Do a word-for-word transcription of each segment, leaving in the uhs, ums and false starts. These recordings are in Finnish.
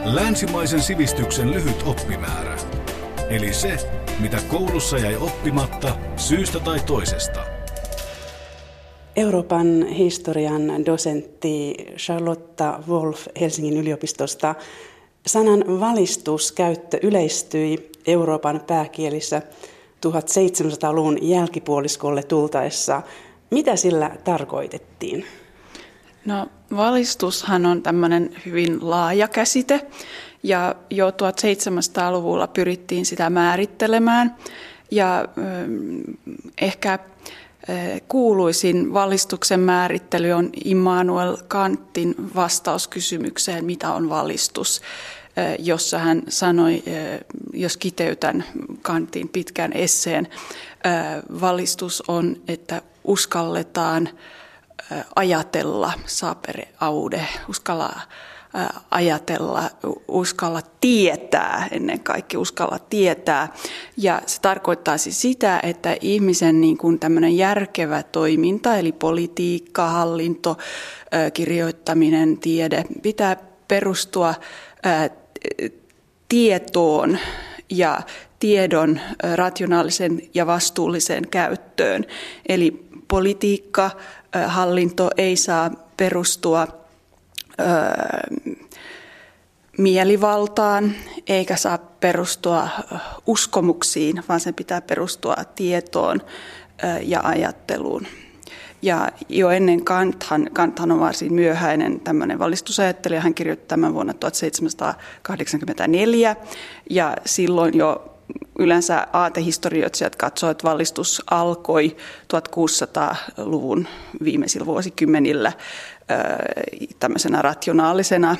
Länsimaisen sivistyksen lyhyt oppimäärä. Eli se, mitä koulussa jäi oppimatta syystä tai toisesta. Euroopan historian dosentti Charlotta Wolf Helsingin yliopistosta. Sanan valistuskäyttö yleistyi Euroopan pääkielissä tuhatseitsemänsataaluvun jälkipuoliskolle tultaessa. Mitä sillä tarkoitettiin? No, valistushan on tämmöinen hyvin laaja käsite ja jo tuhatseitsemänsataaluvulla pyrittiin sitä määrittelemään ja äh, ehkä äh, kuuluisin valistuksen määrittely on Immanuel Kantin vastaus kysymykseen, mitä on valistus, äh, jossa hän sanoi, äh, jos kiteytän Kantin pitkän esseen, äh, valistus on, että uskalletaan ajatella, sapere aude, uskalla ajatella, uskalla tietää, ennen kaikkea uskalla tietää. Ja se tarkoittaa siis sitä, että ihmisen niin kuin tämmöinen järkevä toiminta, eli politiikka, hallinto, kirjoittaminen, tiede, pitää perustua tietoon ja tiedon rationaalisen ja vastuullisen käyttöön. Eli politiikka, hallinto ei saa perustua ö, mielivaltaan eikä saa perustua uskomuksiin, vaan sen pitää perustua tietoon ö, ja ajatteluun. Ja jo ennen Kanthan, Kanthan on varsin myöhäinen tämmöinen valistusajattelija, hän kirjoitti tämän vuonna tuhatseitsemänsataakahdeksankymmentäneljä ja silloin jo yleensä aatehistorioitsijat katsovat, että valistus alkoi tuhatkuusisataaluvun viimeisillä vuosikymmenillä tämmöisenä rationaalisena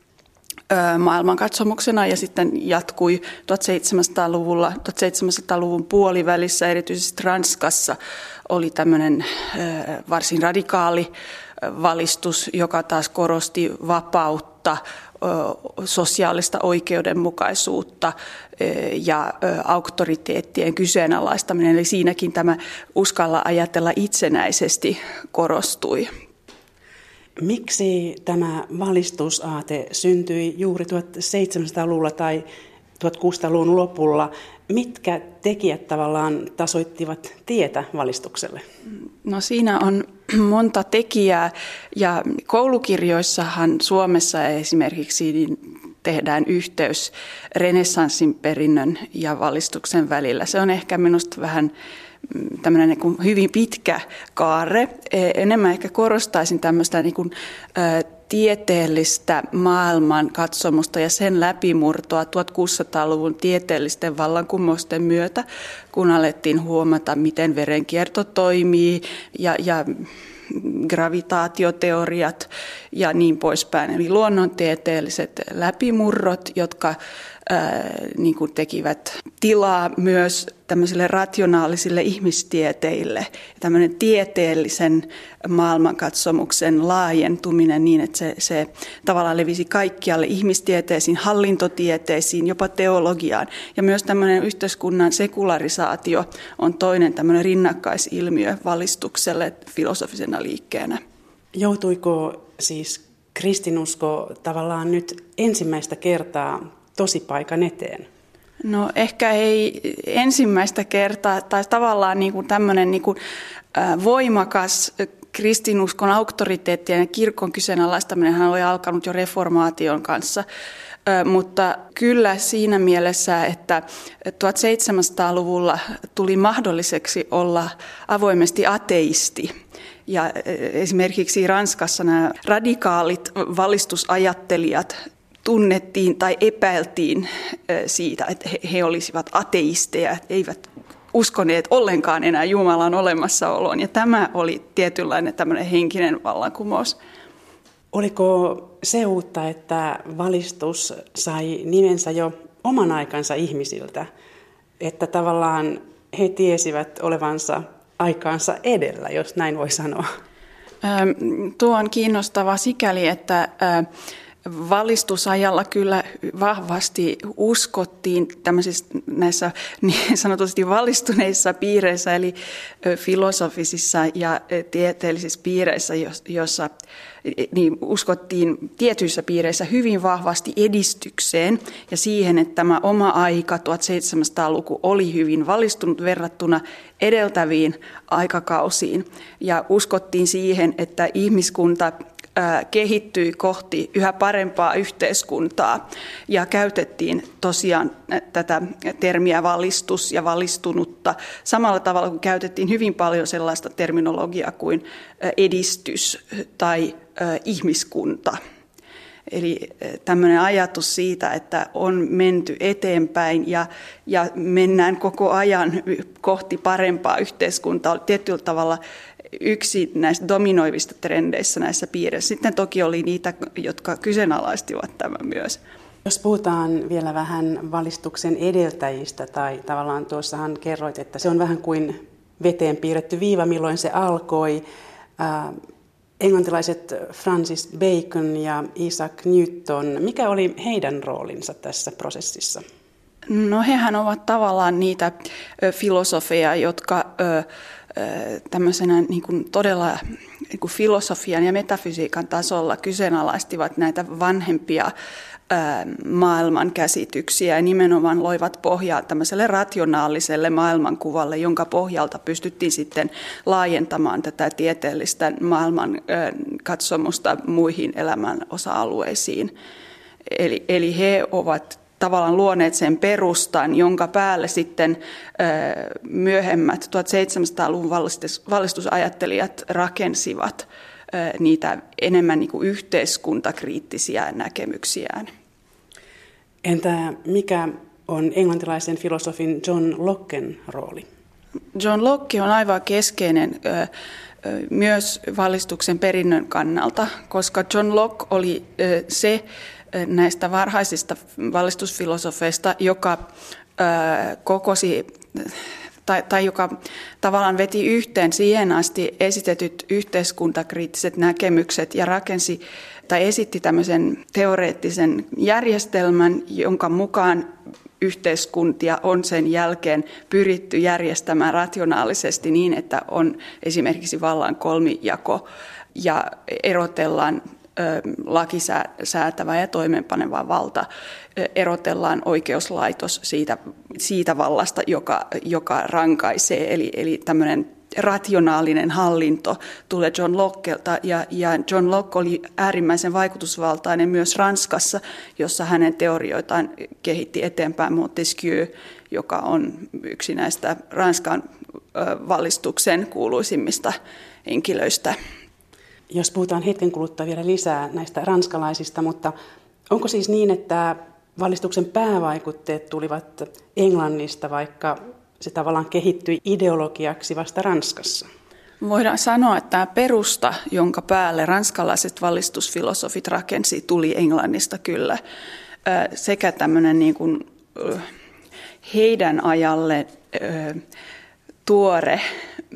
maailmankatsomuksena ja sitten jatkui tuhatseitsemänsataaluvulla, tuhatseitsemänsataaluvun puolivälissä erityisesti Ranskassa oli tämmöinen varsin radikaali valistus, joka taas korosti vapautta, sosiaalista oikeudenmukaisuutta ja auktoriteettien kyseenalaistaminen. Eli siinäkin tämä uskalla ajatella itsenäisesti korostui. Miksi tämä valistusaate syntyi juuri tuhatseitsemänsataaluvulla tai tuhatkuusisataaluvun lopulla? Mitkä tekijät tavallaan tasoittivat tietä valistukselle? No siinä on monta tekijää ja koulukirjoissahan Suomessa esimerkiksi niin tehdään yhteys renessanssin perinnön ja valistuksen välillä. Se on ehkä minusta vähän tämmöinen niin kuin hyvin pitkä kaare. Enemmän ehkä korostaisin tämmöistä niin kuin, ä, tieteellistä maailmankatsomusta ja sen läpimurtoa tuhatkuusisataaluvun tieteellisten vallankumousten myötä, kun alettiin huomata, miten verenkierto toimii ja, ja gravitaatioteoriat ja niin poispäin. Eli luonnontieteelliset läpimurrot, jotka ää, niin kuin tekivät tilaa myös tämmöisille rationaalisille ihmistieteille. Tämmöinen tieteellisen maailmankatsomuksen laajentuminen niin, että se, se tavallaan levisi kaikkialle ihmistieteisiin, hallintotieteisiin, jopa teologiaan. Ja myös tämmöinen yhteiskunnan sekularisaatio on toinen tämmöinen rinnakkaisilmiö valistukselle filosofisena liikkeenä. Joutuiko siis kristinusko tavallaan nyt ensimmäistä kertaa tosipaikan eteen? No ehkä ei ensimmäistä kertaa, tai tavallaan niin kuin tämmöinen niin kuin voimakas kristinuskon auktoriteettien ja kirkon kyseenalaistaminen oli alkanut jo reformaation kanssa, mutta kyllä siinä mielessä, että tuhatseitsemänsataaluvulla tuli mahdolliseksi olla avoimesti ateisti. Ja esimerkiksi Ranskassa nämä radikaalit valistusajattelijat tunnettiin tai epäiltiin siitä, että he olisivat ateisteja, eivät uskoneet ollenkaan enää Jumalan olemassaoloon. Ja tämä oli tietynlainen tämmöinen henkinen vallankumous. Oliko se uutta, että valistus sai nimensä jo oman aikansa ihmisiltä, että tavallaan he tiesivät olevansa aikaansa edellä, jos näin voi sanoa? Tuo on kiinnostava sikäli, että Valistusajalla kyllä vahvasti uskottiin tämmöisissä näissä niin sanotusti valistuneissa piireissä, eli filosofisissa ja tieteellisissä piireissä, joissa niin uskottiin tietyissä piireissä hyvin vahvasti edistykseen ja siihen, että tämä oma aika, tuhatseitsemänsataaluku, oli hyvin valistunut verrattuna edeltäviin aikakausiin. Ja uskottiin siihen, että ihmiskunta kehittyi kohti yhä parempaa yhteiskuntaa ja käytettiin tosiaan tätä termiä valistus ja valistunutta samalla tavalla kuin käytettiin hyvin paljon sellaista terminologiaa kuin edistys tai ihmiskunta. Eli tämmöinen ajatus siitä, että on menty eteenpäin ja, ja mennään koko ajan kohti parempaa yhteiskuntaa, on tietyllä tavalla yksi näistä dominoivista trendeissä näissä piireissä. Sitten toki oli niitä, jotka kyseenalaistivat tämän myös. Jos puhutaan vielä vähän valistuksen edeltäjistä, tai tavallaan tuossahan kerroit, että se on vähän kuin veteen piirretty viiva, milloin se alkoi. Äh, englantilaiset Francis Bacon ja Isaac Newton, mikä oli heidän roolinsa tässä prosessissa? No hehän ovat tavallaan niitä ö, filosofeja, jotka ö, tämmöisenä niin kuin todella niin kuin filosofian ja metafysiikan tasolla kyseenalaistivat näitä vanhempia maailman käsityksiä ja nimenomaan loivat pohjaa tämmöiselle rationaaliselle maailmankuvalle, jonka pohjalta pystyttiin sitten laajentamaan tätä tieteellistä maailman katsomusta muihin elämän osa-alueisiin. Eli, eli he ovat tavallaan luoneet sen perustan, jonka päälle sitten myöhemmät tuhatseitsemänsataaluvun valistusajattelijat rakensivat niitä enemmän niin kuin yhteiskuntakriittisiä näkemyksiään. Entä mikä on englantilaisen filosofin John Locken rooli? John Locke on aivan keskeinen myös valistuksen perinnön kannalta, koska John Locke oli se näistä varhaisista valistusfilosofeista, joka kokosi tai, tai joka tavallaan veti yhteen siihen asti esitetyt yhteiskuntakriittiset näkemykset ja rakensi tai esitti tämmöisen teoreettisen järjestelmän, jonka mukaan yhteiskuntia on sen jälkeen pyritty järjestämään rationaalisesti niin, että on esimerkiksi vallan kolmijako ja erotellaan lakisäätävä ja toimeenpaneva valta, erotellaan oikeuslaitos siitä, siitä vallasta, joka, joka rankaisee. Eli, eli tämmöinen rationaalinen hallinto tulee John Lockelta, ja, ja John Locke oli äärimmäisen vaikutusvaltainen myös Ranskassa, jossa hänen teorioitaan kehitti eteenpäin Montesquieu, joka on yksi näistä Ranskan valistuksen kuuluisimmista henkilöistä. Jos puhutaan hetken kuluttua vielä lisää näistä ranskalaisista, mutta onko siis niin, että valistuksen päävaikutteet tulivat Englannista, vaikka se tavallaan kehittyi ideologiaksi vasta Ranskassa? Voidaan sanoa, että tämä perusta, jonka päälle ranskalaiset valistusfilosofit rakensi, tuli Englannista kyllä. Sekä tämmöinen niin kuin heidän ajalle tuore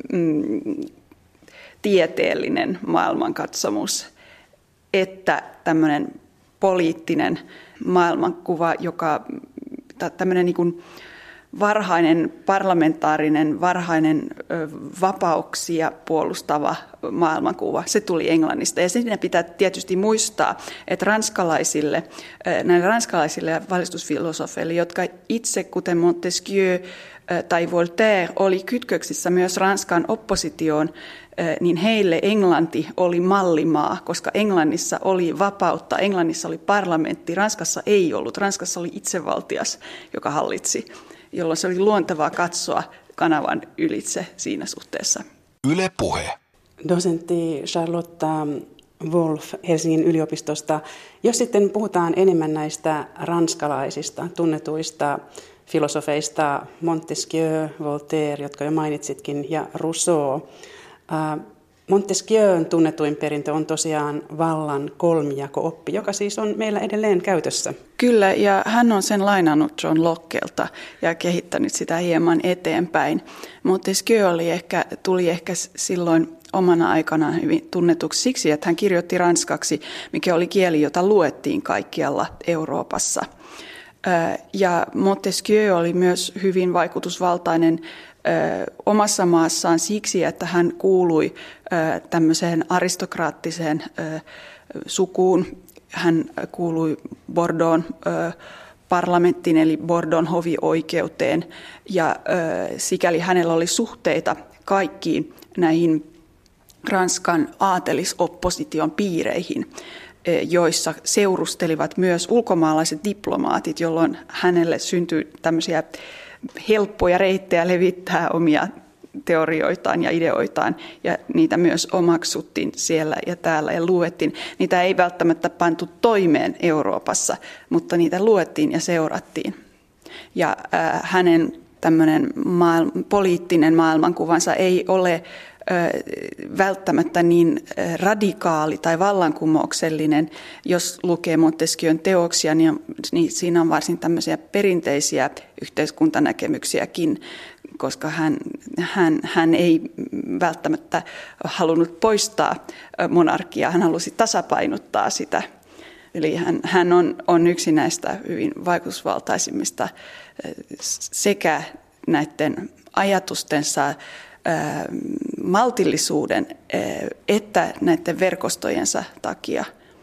tieteellinen maailmankatsomus, että tämmöinen poliittinen maailmankuva, joka tämmöinen niin kuin varhainen parlamentaarinen, varhainen vapauksia puolustava maailmankuva, se tuli Englannista. Ja siinä pitää tietysti muistaa, että ranskalaisille, näille ranskalaisille valistusfilosofeille, jotka itse, kuten Montesquieu tai Voltaire, oli kytköksissä myös Ranskan oppositioon, niin heille Englanti oli mallimaa, koska Englannissa oli vapautta, Englannissa oli parlamentti, Ranskassa ei ollut. Ranskassa oli itsevaltias, joka hallitsi, jolloin se oli luontevaa katsoa kanavan ylitse siinä suhteessa. Yle Puhe. Dosentti Charlotte Wolf Helsingin yliopistosta. Jos sitten puhutaan enemmän näistä ranskalaisista tunnetuista filosofeista, Montesquieu, Voltaire, jotka jo mainitsitkin, ja Rousseau. Montesquieun tunnetuin perintö on tosiaan vallan kolmijako-oppi, joka siis on meillä edelleen käytössä. Kyllä, ja hän on sen lainannut John Lockelta ja kehittänyt sitä hieman eteenpäin. Montesquieu oli ehkä, tuli ehkä silloin omana aikanaan hyvin tunnetuksi siksi, että hän kirjoitti ranskaksi, mikä oli kieli, jota luettiin kaikkialla Euroopassa. Ja Montesquieu oli myös hyvin vaikutusvaltainen omassa maassaan siksi, että hän kuului tämmöiseen aristokraattiseen sukuun. Hän kuului Bordeauxn parlamenttiin eli Bordeauxn hovioikeuteen ja sikäli hänellä oli suhteita kaikkiin näihin Ranskan aatelisopposition piireihin, joissa seurustelivat myös ulkomaalaiset diplomaatit, jolloin hänelle syntyi tämmöisiä helppoja reittejä levittää omia teorioitaan ja ideoitaan, ja niitä myös omaksuttiin siellä ja täällä ja luettiin. Niitä ei välttämättä pantu toimeen Euroopassa, mutta niitä luettiin ja seurattiin. Ja äh, hänen tämmöinen maailma, poliittinen maailmankuvansa ei ole äh, välttämättä niin radikaali tai vallankumouksellinen. Jos lukee Montesquieun teoksia, niin, niin siinä on varsin tämmöisiä perinteisiä yhteiskuntanäkemyksiäkin, koska hän, hän, hän ei välttämättä halunnut poistaa monarkiaa, hän halusi tasapainottaa sitä. Eli hän, hän on, on yksi näistä hyvin vaikutusvaltaisimmista sekä näiden ajatustensa maltillisuuden että näiden verkostojensa takia.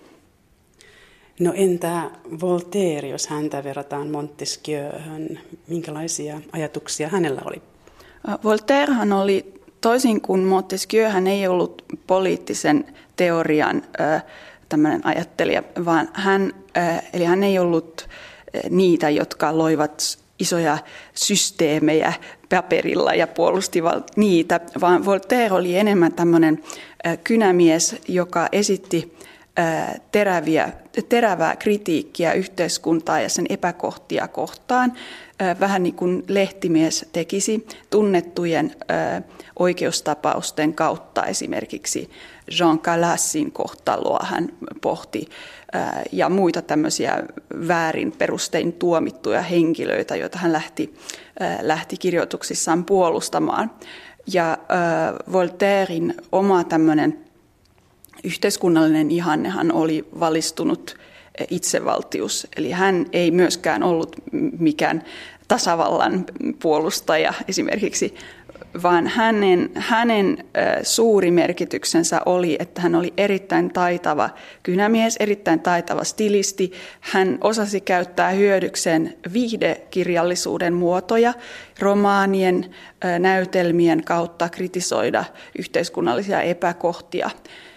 No entä Voltaire, jos häntä verrataan Montesquieuhun, minkälaisia ajatuksia hänellä oli? Voltairehan oli, toisin kuin Montesquieu, hän ei ollut poliittisen teorian tämmöinen ajattelija, vaan hän, eli hän ei ollut niitä, jotka loivat isoja systeemejä paperilla ja puolustivat niitä, vaan Voltaire oli enemmän tämmöinen kynämies, joka esitti teräviä, terävää kritiikkiä yhteiskuntaa ja sen epäkohtia kohtaan, vähän niin kuin lehtimies tekisi tunnettujen oikeustapausten kautta. Esimerkiksi Jean Calassin kohtaloa hän pohti ja muita tämmöisiä väärin perustein tuomittuja henkilöitä, joita hän lähti, lähti kirjoituksissaan puolustamaan. Ja Voltairen oma tämmöinen yhteiskunnallinen ihannehan oli valistunut itsevaltius, eli hän ei myöskään ollut mikään tasavallan puolustaja esimerkiksi, vaan hänen, hänen suuri merkityksensä oli, että hän oli erittäin taitava kynämies, erittäin taitava stilisti. Hän osasi käyttää hyödykseen viihdekirjallisuuden muotoja, romaanien, näytelmien kautta kritisoida yhteiskunnallisia epäkohtia.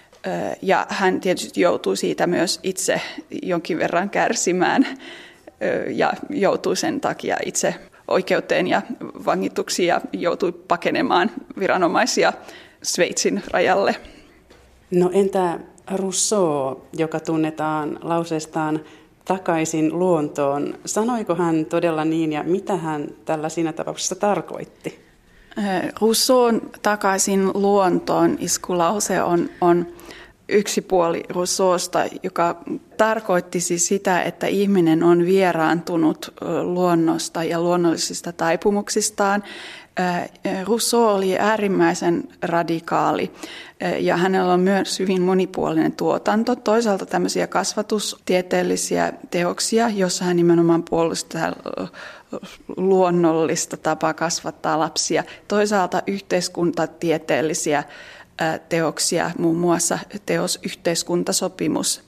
Ja hän tietysti joutui siitä myös itse jonkin verran kärsimään ja joutui sen takia itse oikeuteen ja vangituksi ja joutui pakenemaan viranomaisia Sveitsin rajalle. No entä Rousseau, joka tunnetaan lauseestaan takaisin luontoon? Sanoiko hän todella niin ja mitä hän tällä siinä tapauksessa tarkoitti? Rousseaun takaisin luontoon iskulause on, on yksi puoli Rousseausta, joka tarkoitti siis sitä, että ihminen on vieraantunut luonnosta ja luonnollisista taipumuksistaan. Rousseau oli äärimmäisen radikaali ja hänellä on myös hyvin monipuolinen tuotanto. Toisaalta tämmöisiä kasvatustieteellisiä teoksia, joissa hän nimenomaan puolustaa luonnollista tapaa kasvattaa lapsia. Toisaalta yhteiskuntatieteellisiä teoksia, muun muassa teos Yhteiskuntasopimus.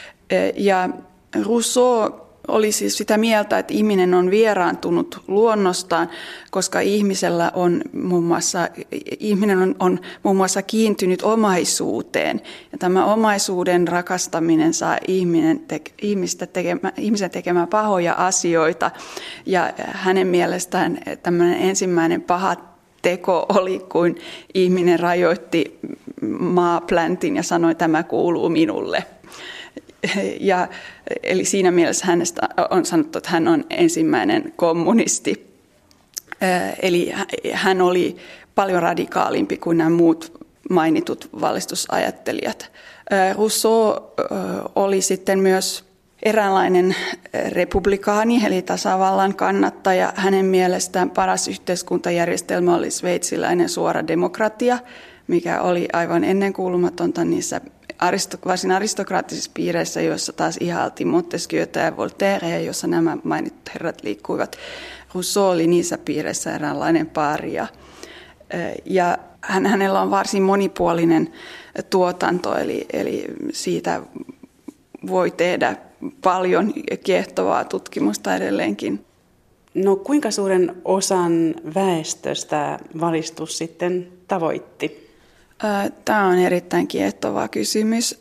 Ja Rousseau oli siis sitä mieltä, että ihminen on vieraantunut luonnostaan, koska ihmisellä on muun muassa, ihminen on, on muun muassa kiintynyt omaisuuteen. Ja tämä omaisuuden rakastaminen saa ihminen te, ihmistä tekemään, ihmisen tekemään pahoja asioita. Ja hänen mielestään tämmöinen ensimmäinen paha teko oli, kun ihminen rajoitti maapläntin ja sanoi, että tämä kuuluu minulle. Ja, eli siinä mielessä hänestä on sanottu, että hän on ensimmäinen kommunisti. Eli hän oli paljon radikaalimpi kuin nämä muut mainitut valistusajattelijat. Rousseau oli sitten myös eräänlainen republikaani, eli tasavallan kannattaja. Hänen mielestään paras yhteiskuntajärjestelmä oli sveitsiläinen suora demokratia, mikä oli aivan ennenkuulumatonta niissä aristo, varsin aristokraattisissa piireissä, joissa taas ihailtiin Montesquieuta ja Voltairea, jossa nämä mainitut herrat liikkuivat. Rousseau oli niissä piireissä eräänlainen paaria. Ja hän, hänellä on varsin monipuolinen tuotanto, eli, eli siitä voi tehdä paljon kiehtovaa tutkimusta edelleenkin. No kuinka suuren osan väestöstä valistus sitten tavoitti? Tämä on erittäin kiehtova kysymys.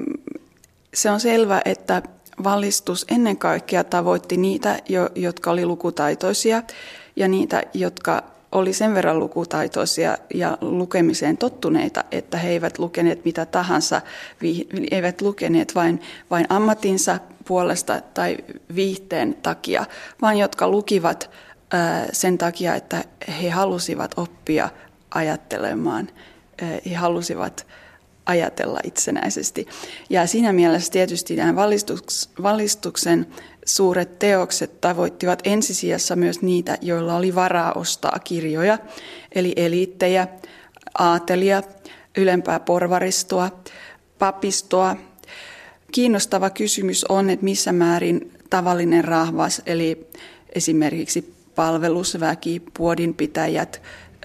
Se on selvä, että valistus ennen kaikkea tavoitti niitä, jotka oli lukutaitoisia ja niitä, jotka oli sen verran lukutaitoisia ja lukemiseen tottuneita, että he eivät lukeneet mitä tahansa, eivät lukeneet vain, vain ammatinsa puolesta tai viihteen takia, vaan jotka lukivat sen takia, että he halusivat oppia ajattelemaan, he halusivat ajatella itsenäisesti. Ja siinä mielessä tietysti nämä valistuksen suuret teokset tavoittivat ensisijassa myös niitä, joilla oli varaa ostaa kirjoja, eli eliittejä, aatelia, ylempää porvaristoa, papistoa. Kiinnostava kysymys on, että missä määrin tavallinen rahvas, eli esimerkiksi palvelusväki, puodinpitäjät,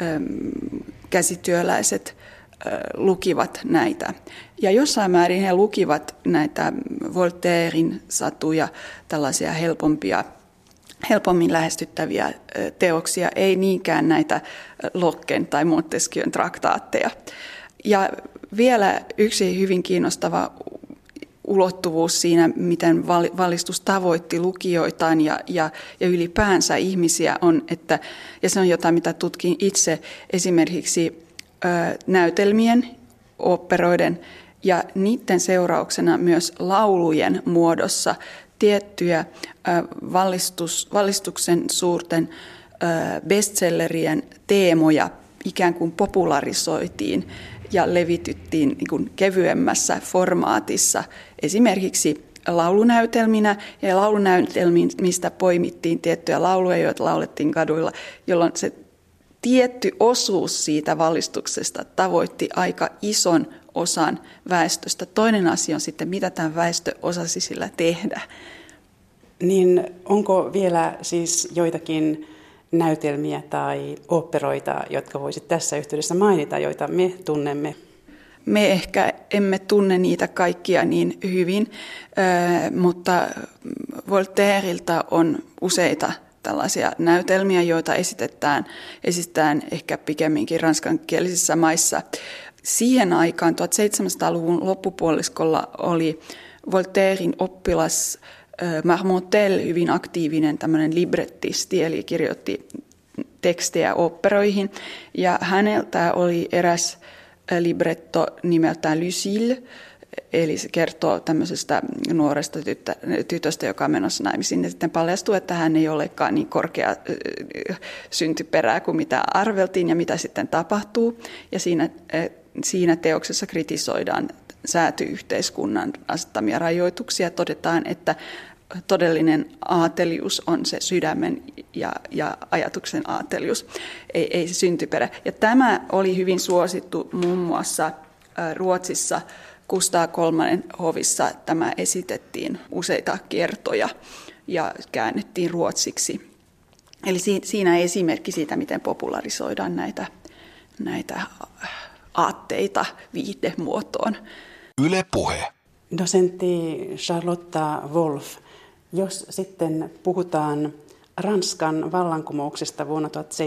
käsityöläiset lukivat näitä. Ja jossain määrin he lukivat näitä Voltairen satuja, tällaisia helpompia, helpommin lähestyttäviä teoksia, ei niinkään näitä Locquen tai Montesquieun traktaatteja. Ja vielä yksi hyvin kiinnostava ulottuvuus siinä, miten valistus tavoitti lukijoitaan ja, ja, ja ylipäänsä ihmisiä on, että, ja se on jotain, mitä tutkin itse esimerkiksi ö, näytelmien, oopperoiden ja niiden seurauksena myös laulujen muodossa tiettyjä ö, valistus, valistuksen suurten ö, bestsellerien teemoja ikään kuin popularisoitiin ja levityttiin niin kuin kevyemmässä formaatissa, esimerkiksi laulunäytelminä, ja laulunäytelmistä poimittiin tiettyjä lauluja, joita laulettiin kaduilla, jolloin se tietty osuus siitä valistuksesta tavoitti aika ison osan väestöstä. Toinen asia on sitten, mitä tämä väestö osasi sillä tehdä. Niin onko vielä siis joitakin näytelmiä tai oopperoita, jotka voisit tässä yhteydessä mainita, joita me tunnemme? Me ehkä emme tunne niitä kaikkia niin hyvin, mutta Voltaireilta on useita tällaisia näytelmiä, joita esitetään, esitetään ehkä pikemminkin ranskankielisissä maissa. Siihen aikaan tuhatseitsemänsataaluvun loppupuoliskolla oli Voltairen oppilas Marmontel hyvin aktiivinen tämmöinen librettisti, eli kirjoitti tekstejä oopperoihin. Ja häneltä oli eräs libretto nimeltään Lucille, eli se kertoo tämmöisestä nuoresta tyttö, tytöstä, joka on menossa naimisiin. Ja sitten paljastuu, että hän ei olekaan niin korkea syntyperää kuin mitä arveltiin ja mitä sitten tapahtuu. Ja siinä, siinä teoksessa kritisoidaan sääty-yhteiskunnan asettamia rajoituksia. Todetaan, että todellinen aatelius on se sydämen ja, ja ajatuksen aatelius, ei, ei se syntyperä. Ja tämä oli hyvin suosittu muun muassa Ruotsissa Kustaa kolmannen hovissa. Tämä esitettiin useita kertoja ja käännettiin ruotsiksi. Eli siinä esimerkki siitä, miten popularisoidaan näitä, näitä aatteita viihdemuotoon. Yle Puhe. Dosentti Charlotta Wolf, jos sitten puhutaan Ranskan vallankumouksesta vuonna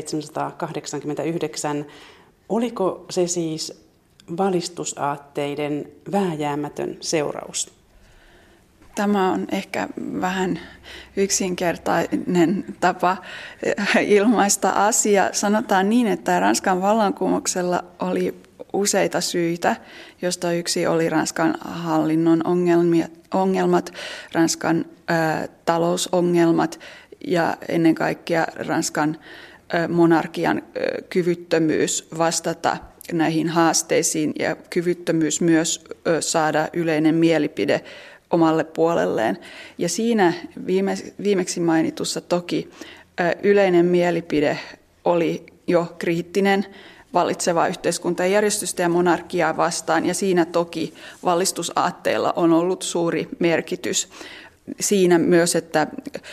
tuhatseitsemänsataakahdeksankymmentäyhdeksän, oliko se siis valistusaatteiden vääjäämätön seuraus? Tämä on ehkä vähän yksinkertainen tapa ilmaista asia. Sanotaan niin, että Ranskan vallankumouksella oli useita syitä, josta yksi oli Ranskan hallinnon ongelmat, Ranskan ä, talousongelmat ja ennen kaikkea Ranskan ä, monarkian ä, kyvyttömyys vastata näihin haasteisiin ja kyvyttömyys myös ä, saada yleinen mielipide omalle puolelleen. Ja siinä viime, viimeksi mainitussa toki ä, yleinen mielipide oli jo kriittinen vallitsevaa yhteiskuntajärjestystä ja monarkiaa vastaan, ja siinä toki valistusaatteilla on ollut suuri merkitys. Siinä myös, että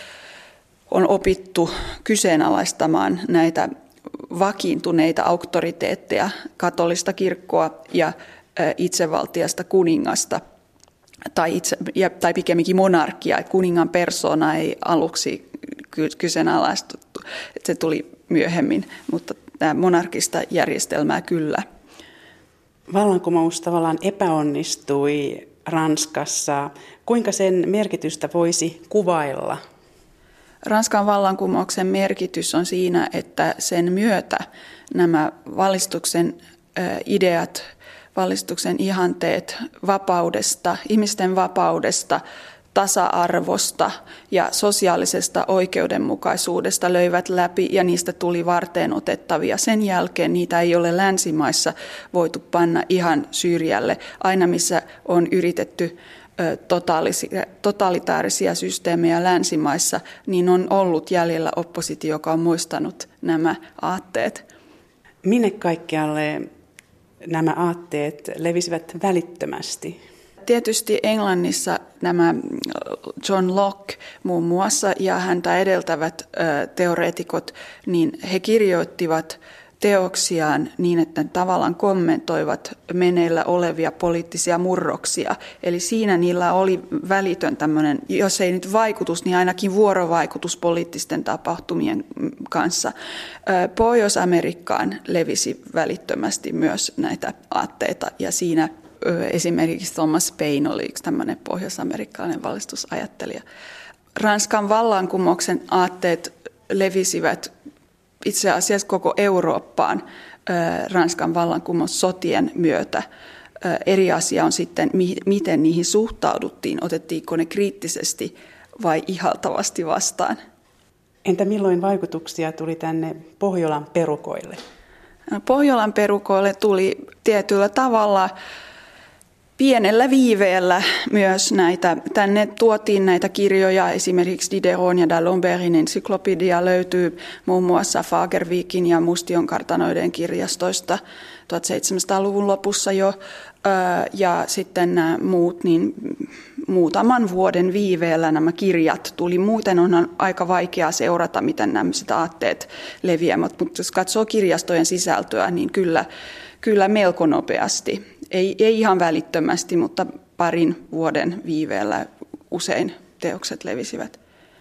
on opittu kyseenalaistamaan näitä vakiintuneita auktoriteetteja, katolista kirkkoa ja itsevaltiasta kuningasta, tai, itse, tai pikemminkin monarkia. Kuningan persoona ei aluksi kyseenalaistettu, että se tuli myöhemmin, mutta tämä monarkista järjestelmää kyllä. Vallankumous tavallaan epäonnistui Ranskassa. Kuinka sen merkitystä voisi kuvailla? Ranskan vallankumouksen merkitys on siinä, että sen myötä nämä valistuksen ideat, valistuksen ihanteet vapaudesta, ihmisten vapaudesta, tasa-arvosta ja sosiaalisesta oikeudenmukaisuudesta löivät läpi ja niistä tuli varteen otettavia. Sen jälkeen niitä ei ole länsimaissa voitu panna ihan syrjälle. Aina missä on yritetty totalitaarisia systeemejä länsimaissa, niin on ollut jäljellä oppositio, joka on muistanut nämä aatteet. Minne kaikkialle nämä aatteet levisivät välittömästi? Tietysti Englannissa nämä John Locke muun muassa ja häntä edeltävät teoreetikot, niin he kirjoittivat teoksiaan niin, että tavallaan kommentoivat meneillä olevia poliittisia murroksia. Eli siinä niillä oli välitön tämmöinen, jos ei nyt vaikutus, niin ainakin vuorovaikutus poliittisten tapahtumien kanssa. Pohjois-Amerikkaan levisi välittömästi myös näitä aatteita, ja siinä esimerkiksi Thomas Paine oli yksi tämmöinen pohjois-amerikkalainen valistusajattelija. Ranskan vallankumouksen aatteet levisivät itse asiassa koko Eurooppaan Ranskan vallankumoussotien myötä. Eri asia on sitten, miten niihin suhtauduttiin, otettiinko ne kriittisesti vai ihaltavasti vastaan. Entä milloin vaikutuksia tuli tänne Pohjolan perukoille? Pohjolan perukoille tuli tietyllä tavalla pienellä viiveellä myös näitä. Tänne tuotiin näitä kirjoja, esimerkiksi Dideron ja d'Alembertin ensyklopedia löytyy muun muassa Fagervikin ja Mustionkartanoiden kirjastoista tuhatseitsemänsataaluvun lopussa jo, ja sitten nämä muut, niin muutaman vuoden viiveellä nämä kirjat tuli. Muuten on aika vaikeaa seurata, miten nämä aatteet leviävät, mutta jos katsoo kirjastojen sisältöä, niin kyllä, kyllä melko nopeasti. Ei, ei ihan välittömästi, mutta parin vuoden viiveellä usein teokset levisivät.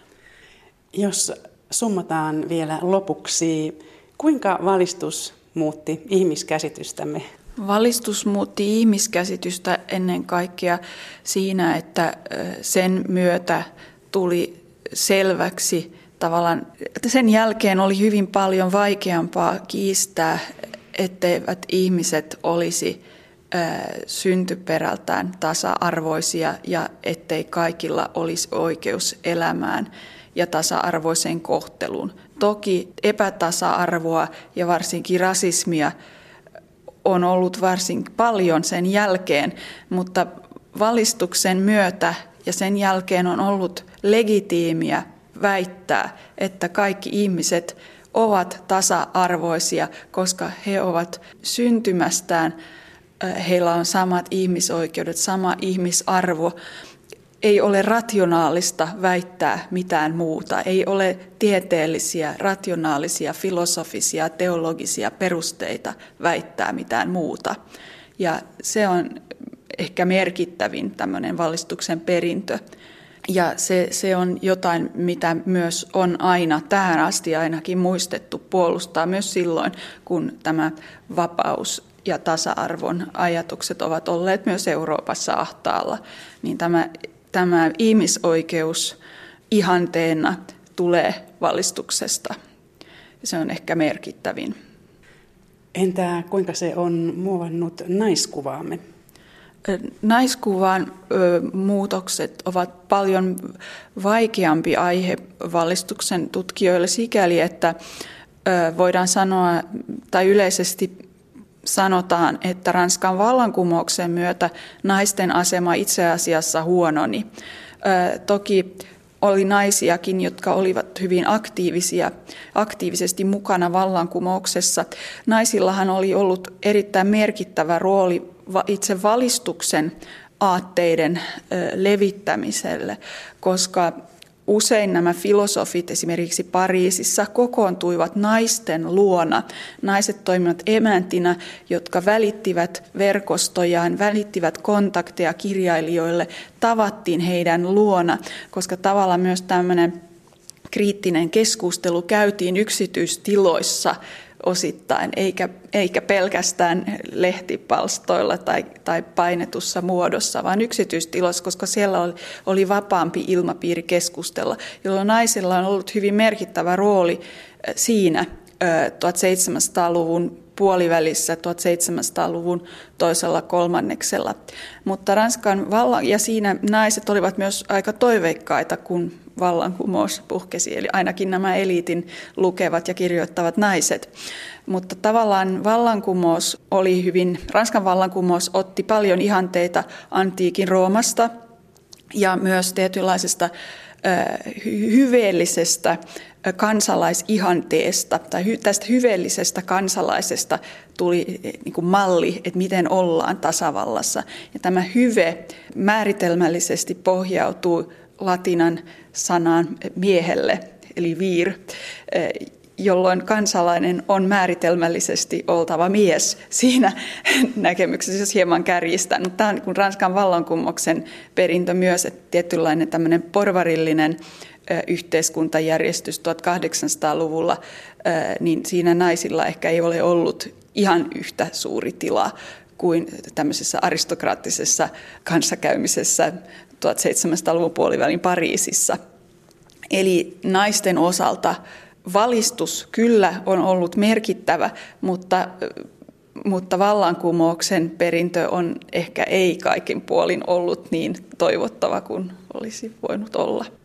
Jos summataan vielä lopuksi, kuinka valistus muutti ihmiskäsitystämme? Valistus muutti ihmiskäsitystä ennen kaikkea siinä, että sen myötä tuli selväksi tavallaan, että sen jälkeen oli hyvin paljon vaikeampaa kiistää, etteivät ihmiset olisi syntyperältään tasa-arvoisia ja ettei kaikilla olisi oikeus elämään ja tasa-arvoiseen kohteluun. Toki epätasa-arvoa ja varsinkin rasismia on ollut varsin paljon sen jälkeen, mutta valistuksen myötä ja sen jälkeen on ollut legitiimiä väittää, että kaikki ihmiset ovat tasa-arvoisia, koska he ovat syntymästään, heillä on samat ihmisoikeudet, sama ihmisarvo. Ei ole rationaalista väittää mitään muuta, ei ole tieteellisiä, rationaalisia, filosofisia, teologisia perusteita väittää mitään muuta. Ja se on ehkä merkittävin tämmöinen valistuksen perintö. Ja se, se on jotain, mitä myös on aina tähän asti ainakin muistettu puolustaa myös silloin, kun tämä vapaus ja tasa-arvon ajatukset ovat olleet myös Euroopassa ahtaalla, niin tämä Tämä ihmisoikeus ihanteena tulee valistuksesta. Se on ehkä merkittävin. Entä kuinka se on muovannut naiskuvaamme? Naiskuvan muutokset ovat paljon vaikeampi aihe valistuksen tutkijoille sikäli, että voidaan sanoa tai yleisesti sanotaan, että Ranskan vallankumouksen myötä naisten asema itse asiassa huononi. Toki oli naisiakin, jotka olivat hyvin aktiivisia, aktiivisesti mukana vallankumouksessa. Naisillahan oli ollut erittäin merkittävä rooli itse valistuksen aatteiden levittämiselle, koska usein nämä filosofit esimerkiksi Pariisissa kokoontuivat naisten luona. Naiset toimivat emäntinä, jotka välittivät verkostojaan, välittivät kontakteja kirjailijoille, tavattiin heidän luona, koska tavallaan myös tämmöinen kriittinen keskustelu käytiin yksityistiloissa osittain, eikä, eikä pelkästään lehtipalstoilla tai, tai painetussa muodossa, vaan yksityistiloissa, koska siellä oli, oli vapaampi ilmapiiri keskustella, jolloin naisilla on ollut hyvin merkittävä rooli siinä tuhatseitsemänsataaluvun puolivälissä, tuhatseitsemänsataaluvun toisella kolmanneksella. Mutta Ranskan vallan, ja siinä naiset olivat myös aika toiveikkaita, kun vallankumous puhkesi, eli ainakin nämä eliitin lukevat ja kirjoittavat naiset. Mutta tavallaan vallankumous oli hyvin, Ranskan vallankumous otti paljon ihanteita antiikin Roomasta ja myös tietynlaisesta hyveellisestä kansalaisihanteesta tai tästä hyveellisestä kansalaisesta tuli niin kuin malli, että miten ollaan tasavallassa. Ja tämä hyve määritelmällisesti pohjautuu latinan sanaan miehelle, eli vir, jolloin kansalainen on määritelmällisesti oltava mies siinä näkemyksessä, jos hieman kärjistän. Mutta tämä on niin Ranskan vallankumouksen perintö myös, että tietynlainen tämmöinen porvarillinen yhteiskuntajärjestys tuhatkahdeksansataaluvulla, niin siinä naisilla ehkä ei ole ollut ihan yhtä suuri tila kuin tämmöisessä aristokraattisessa kanssakäymisessä tuhatseitsemänsataaluvun puolivälin Pariisissa. Eli naisten osalta valistus kyllä on ollut merkittävä, mutta, mutta vallankumouksen perintö on ehkä ei kaikin puolin ollut niin toivottava kuin olisi voinut olla.